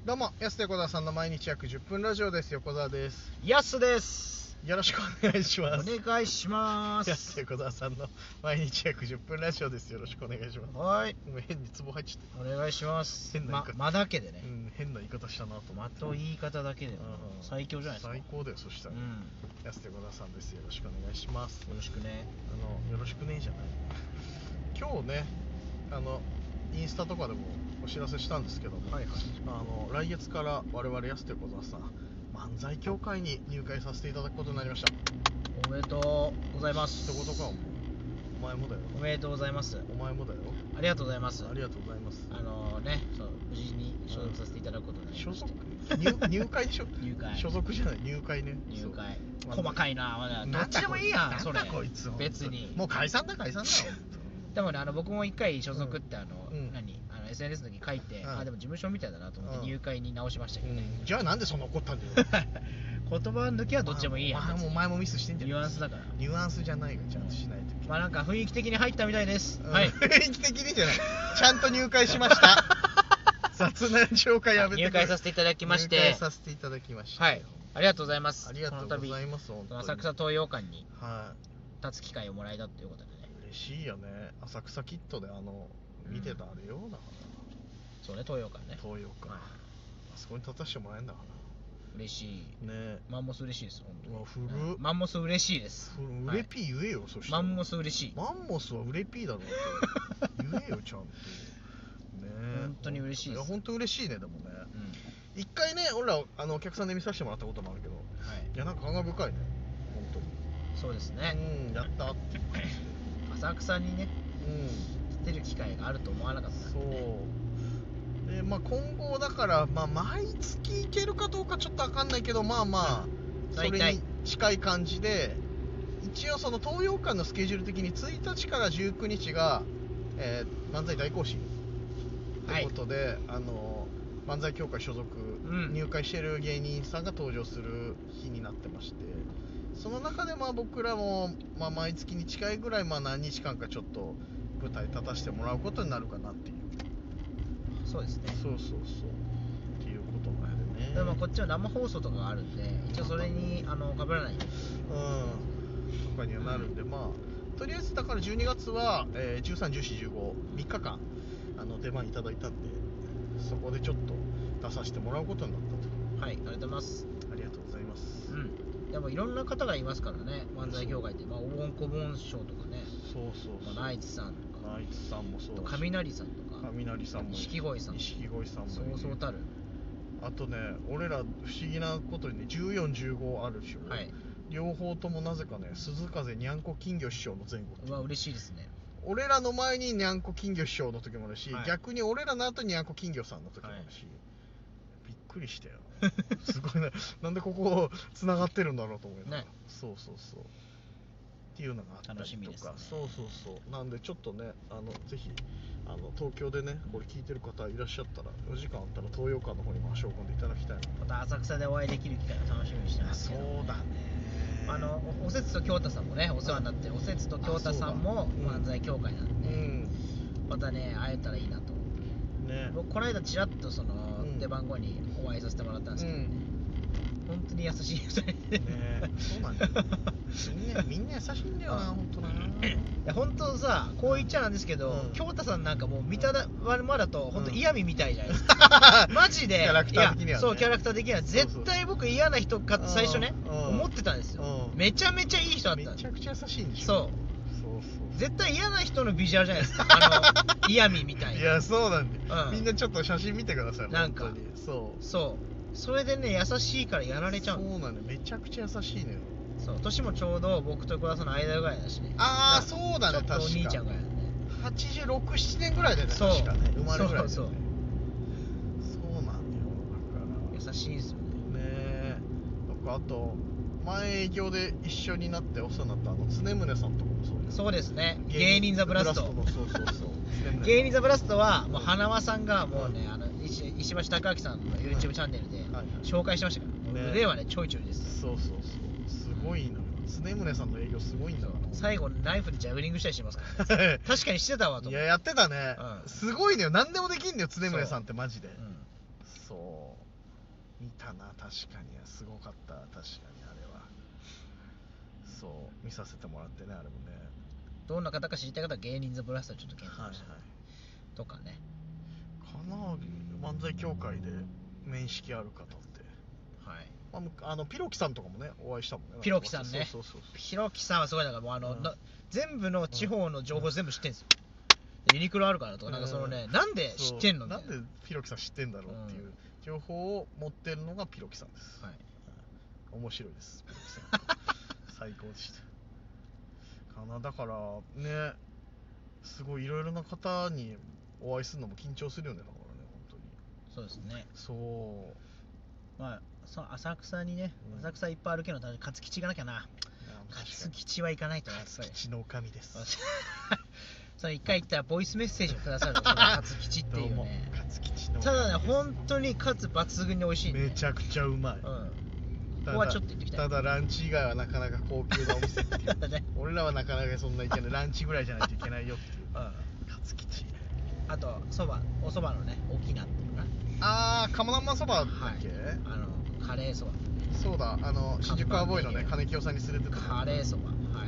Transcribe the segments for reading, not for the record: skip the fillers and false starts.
どうも、安手小沢さんの毎日約10分ラジオです。横澤です。 やすです。 よろしくお願いします。 お願いします。 安手小沢さんの毎日約10分ラジオです。よろしくお願いします。 はい。 もう変にツボ入っちゃった。 お願いします。 変な言い方。 間だけでね。 変な言い方したなと思って。 間と言い方だけで最強じゃないですか。 最高だよ、そしたら。安手小沢さんです。よろしくお願いします。 よろしくね。 よろしくねじゃない。今日ね、インスタとかでもお知らせしたんですけども、来月から我々安手小沢さん漫才協会に入会させていただくことになりました。 おめでとうございます。 ってことか。お前もだよ。 おめでとうございます。 お前もだよ。 ありがとうございます。 ありがとうございます。 そう無事に所属させていただくことになりました。 所属入会でしょ。 入会。 所属じゃない、入会ね。 入会。細かいな。どっちでもいいやん。それ。 こいつ別に。 もう解散だ。 でもね、僕も一回所属ってSNS の時書いて、でも事務所みたいだなと思って入会に直しましたけどね。 じゃあなんでそんな怒ったんだよ。 言葉の時はどっちでもいいやん。 お前もミスしてんじゃん。 ニュアンスだから。 ニュアンスじゃないがちゃんとしないと。 なんか雰囲気的に入ったみたいです。はい。 雰囲気的にじゃない。ちゃんと入会しました。雑な紹介やめて。 入会させていただきまして。 入会させていただきました。 はい。ありがとうございます。 ありがとうございます。 浅草東洋館に立つ機会をもらえたということでね。 嬉しいよね。浅草キッドで見てたあれよだから。 そうね、東洋館ね。 東洋館。あそこに立たせてもらえるんだから。 嬉しいね。 マンモス嬉しいです本当に。 古っ。 マンモス嬉しいです。 ウレピー言えよ。そしてマンモス嬉しい。 マンモスはウレピーだろうって言えよちゃんと。ね。 本当に嬉しいです。 本当嬉しいね。でもね。一回ね、俺らお客さんで見させてもらったこともあるけど、いやなんか感慨深いね。本当に。 そうですね。 やったって。 浅草にね。出る機会があると思わなかった。 そうで、今後だから毎月行けるかどうかちょっと分かんないけど、それに近い感じで、一応その東洋館のスケジュール的に1日から19日が、漫才大行進ということで、漫才協会所属、入会してる芸人さんが登場する日になってまして、その中で僕らも毎月に近いぐらい何日間かちょっと舞台立たせてもらうことになるかなっていう。 そうですね。 そうっていうことなんでね。 でもこっちは生放送とかがあるんで、一応それに被らないとかにはなるんで、とりあえずだから12月は、13、14、15、3日間出番いただいたんで、そこでちょっと出させてもらうことになったと。 はい、ありがとうございます。 ありがとうございます。 でもいろんな方がいますからね、漫才協会って。おぼんこぼん師匠とかね。ナイツさんとか。 ナイツさんもそうだし。 雷さんとか。 雷さんも。 錦鯉さんも。そうそうたる。 あとね、俺ら不思議なことにね、14、15あるでしょ。両方ともなぜかね、鈴風にゃんこ金魚師匠の前後。 うわ、嬉しいですね。 俺らの前ににゃんこ金魚師匠の時もあるし、逆に俺らの後ににゃんこ金魚さんの時もあるし、びっくりしたよ。すごいね。なんでここ繋がってるんだろうと思いながら。そうっていうのがあったりとか。 楽しみですね。 そうなんでちょっとね、ぜひ東京でね、これ聞いてる方いらっしゃったら、お時間あったら東洋館の方にも足を運んでいただきたいな。 また浅草でお会いできる機会を楽しみにしてます。 そうだね。 おせつと京太さんもね、お世話になってるおせつと京太さんも漫才協会なんで、またね、会えたらいいなと思って。僕この間ちらっとその出番後にお会いさせてもらったんですけど、本当に優しい2人で。 そうなんだよ。みんな優しいんだよな、本当な。いや本当さ、こう言っちゃなんですけど、京太さんなんかもう見たまだと本当嫌味みたいじゃないですか。マジで。 キャラクター的にはね。 そう、キャラクター的には絶対僕嫌な人かって最初ね思ってたんですよ。めちゃめちゃいい人だったんです。 めちゃくちゃ優しいんでしょ。 そう絶対嫌な人のビジュアルじゃないですか。嫌味みたいな。 いやそうなんで、みんなちょっと写真見てください。 なんかそれでね、優しいからやられちゃう。 そうなんだよ、めちゃくちゃ優しいのよ。 そう年もちょうど僕と小田さんの間ぐらいだしね。 ああそうだね、確かお兄ちゃんぐらいだね。 86、7年ぐらいだよね、確かね。生まれぐらいだよね。そうなんだよ、だから優しいですよね。あと前営業で一緒になってお世話になった常宗さんとかもそうですね。芸人ザブラスト。 そう芸人ザブラストはもう花輪さんがもうね、石橋貴明さんの YouTube チャンネルで紹介してましたから腕はねちょいちょいです。 そうすごいのよ。常宗さんの営業すごいんだから。 最後ナイフでジャグリングしたりしますからね。確かにしてたわと。 いややってたね。すごいのよ。何でもできんのよ常宗さんってマジで。 そう見たな、確かにすごかった、確かにあれは。そう見させてもらってね、あれもね。 どんな方か知りたい方は芸人ザブラスターちょっと検索して、とかね。 かな、漫才協会で面識ある方って、はい、ピロキさんとかもねお会いしたもんね。 ピロキさんね。ピロキさんはすごい、だからもう全部の地方の情報全部知ってんすよ。ユニクロあるからとか、なんかそのね、なんで知ってんのみたいな。 なんでピロキさん知ってんだろうっていう情報を持ってるのがピロキさんです。はい。面白いです、ピロキさん。最高でした。かな、だからね、すごいいろいろな方にお会いするのも緊張するよね、だからね、本当に。 そうですね。 そう。 まあ、浅草にね、浅草いっぱいあるけど、勝吉がなきゃな。勝吉は行かないとね。 勝吉の神です。 それ一回行ったらボイスメッセージをくださるの、勝吉っていうね。勝吉の。ただね、本当にカツ抜群に美味しい、ね。 めちゃくちゃうまい。 ここはちょっと行ってきたい。 ただランチ以外はなかなか高級なお店っていう、ね、俺らはなかなかそんないけない、ランチぐらいじゃないといけないよっていう、勝吉。 あとお蕎麦のね、沖縄っていうかな、鴨南蛮そばだっけ、 カレーそば。 そうだ、新宿アボーイのね、金清さんに連れてたカレーそば、はい、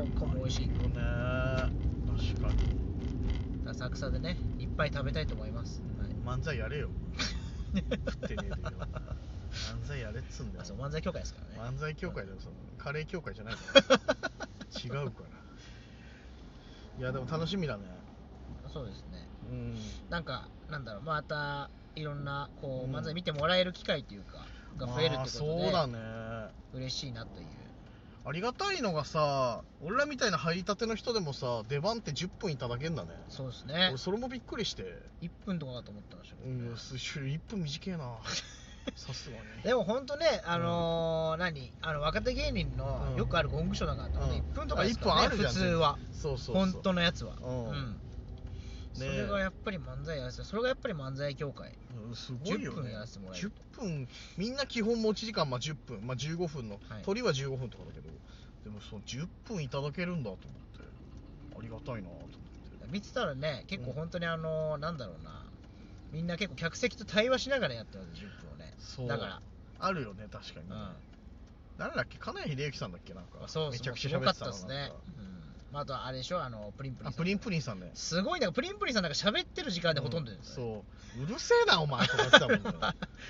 ここも美味しいね。 確かに浅草でね、いっぱい食べたいと思います。 漫才やれよ。食ってねえでよ。漫才やれっつんだよ。 そう、漫才協会ですからね。 漫才協会だよ、カレー協会じゃないから違うから。いやでも楽しみだね。 そうですね。なんだろう、またいろんなこう漫才見てもらえる機会というかが増えるってことで、 そうだね、 嬉しいなという。 ありがたいのがさ、俺らみたいな入りたての人でもさ、出番って10分いただけんだね。 そうですね。 俺それもびっくりして。 1分とかだと思ったんでしょうね。 1分短いな。さすがに。 でも本当ね、若手芸人のよくあるゴングショーなんか1分とかですからね、普通は。本当のやつは。それがやっぱり漫才やらせて、それがやっぱり漫才協会。 すごいよね。 10分やらせてもらえる。 10分、みんな基本持ち時間10分、15分の、鳥は15分とかだけど、でもその10分いただけるんだと思って、ありがたいなと思って。 見てたらね、結構本当になんだろうな、みんな結構客席と対話しながらやってます、10分をね。 そう。 だから。 あるよね、確かに。誰だっけ、金谷秀幸さんだっけ、なんか。 そう、 めちゃくちゃ喋ってたですね。あとあれでしょ、プリンプリンさん。 プリンプリンさんね。 すごいね、プリンプリンさんなんか喋ってる時間でほとんどです。 そう。うるせえな、お前とか言ってたもんね。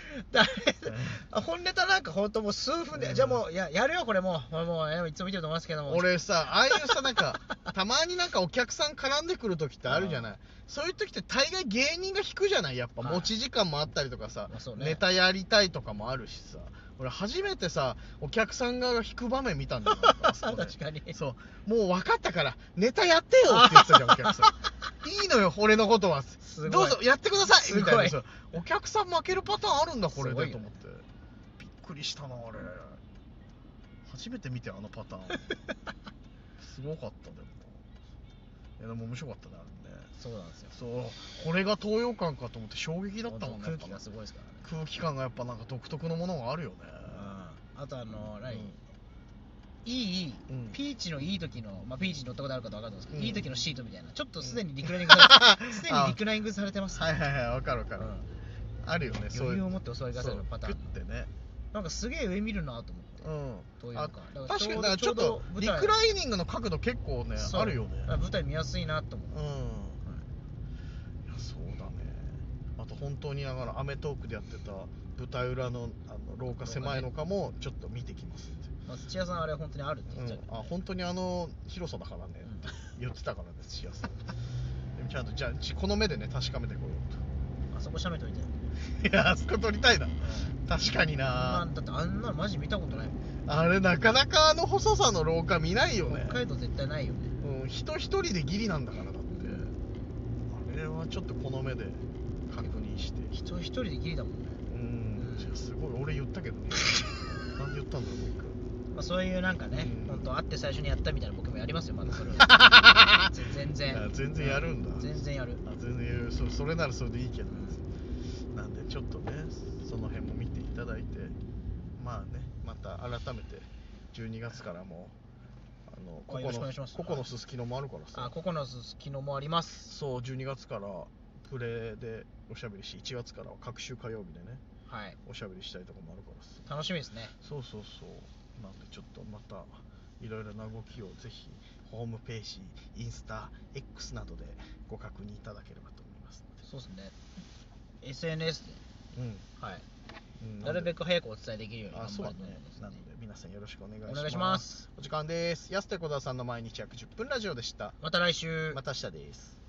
本ネタなんかほんともう数分で、じゃあもう、やるよ、これもう、いつも見てると思いますけども。 俺さ、ああいうさ、なんか、たまになんかお客さん絡んでくる時ってあるじゃない。そういう時って大概芸人が引くじゃない、やっぱ。持ち時間もあったりとかさ、ネタやりたいとかもあるしさ。俺初めてさ、お客さんが引く場面見たんだよ。 確かに。 そう。もう分かったから、ネタやってよって言ってたじゃん、お客さん。いいのよ、俺のことは。どうぞ、やってくださいみたいなさ。お客さん負けるパターンあるんだ、これで、と思って。びっくりしたな、あれ。初めて見て、あのパターン。すごかった、でも。でも面白かったね、あれね。 そうなんですよ。 そう。これが東洋館かと思って衝撃だったもんね。 空気がすごいですからね。 空気感がやっぱなんか独特のものがあるよね。 あといい、ピーチのいい時の、ピーチに乗ったことあるかと分かるんですけど、いい時のシートみたいな、ちょっとすでにリクライニングされてます。 はいはいはい、分かる分かる。あるよね、そういう。 余裕を持って教わりくださいのパターン。 グッてね。 なんかすげえ上見るなと思って。 確かにちょっとリクライニングの角度結構ね、あるよね。 舞台見やすいなと思って。 そうだね。あと本当にアメトークでやってた舞台裏の廊下狭いのかもちょっと見てきますって。 土屋さんあれ本当にあるって言っちゃう。 本当に広さだからね、言ってたからね、土屋さん。ちゃんとじゃあこの目でね確かめてこようと。あそこ写メといて。 いや、あそこ撮りたいな。確かにな。 だってあんなのマジ見たことない。 あれなかなか細さの廊下見ないよね。 北海道絶対ないよね。 人一人でギリなんだからだって。あれはちょっとこの目で確認して。 人一人でギリだもんね。 じゃあすごい、俺言ったけどね。なんで言ったんだろう、もう一回。 そういうなんかね、本当会って最初にやったみたいな僕もやりますよ、まだそれは。全然やるんだ。 全然やる。 全然やる。それならそれでいいけど。なんでちょっとね、その辺も見ていただいて、また改めて12月からもよろしくお願いします。 ココのすすきのもあるからさ。 ココのすすきのもあります。 そう、12月からプレでおしゃべりし、1月からは各週火曜日でね、 はい、 おしゃべりしたいとこもあるから楽しみですね。 そうなんでちょっとまたいろいろな動きをぜひホームページ、インスタ、X などでご確認いただければと思いますので。 そうですね、 SNS で、はい、なるべく早くお伝えできるように頑張ると思います、 なので皆さんよろしくお願いします。 お願いします。 お時間です。安手小田さんの毎日約10分ラジオでした。 また来週。 また明日です。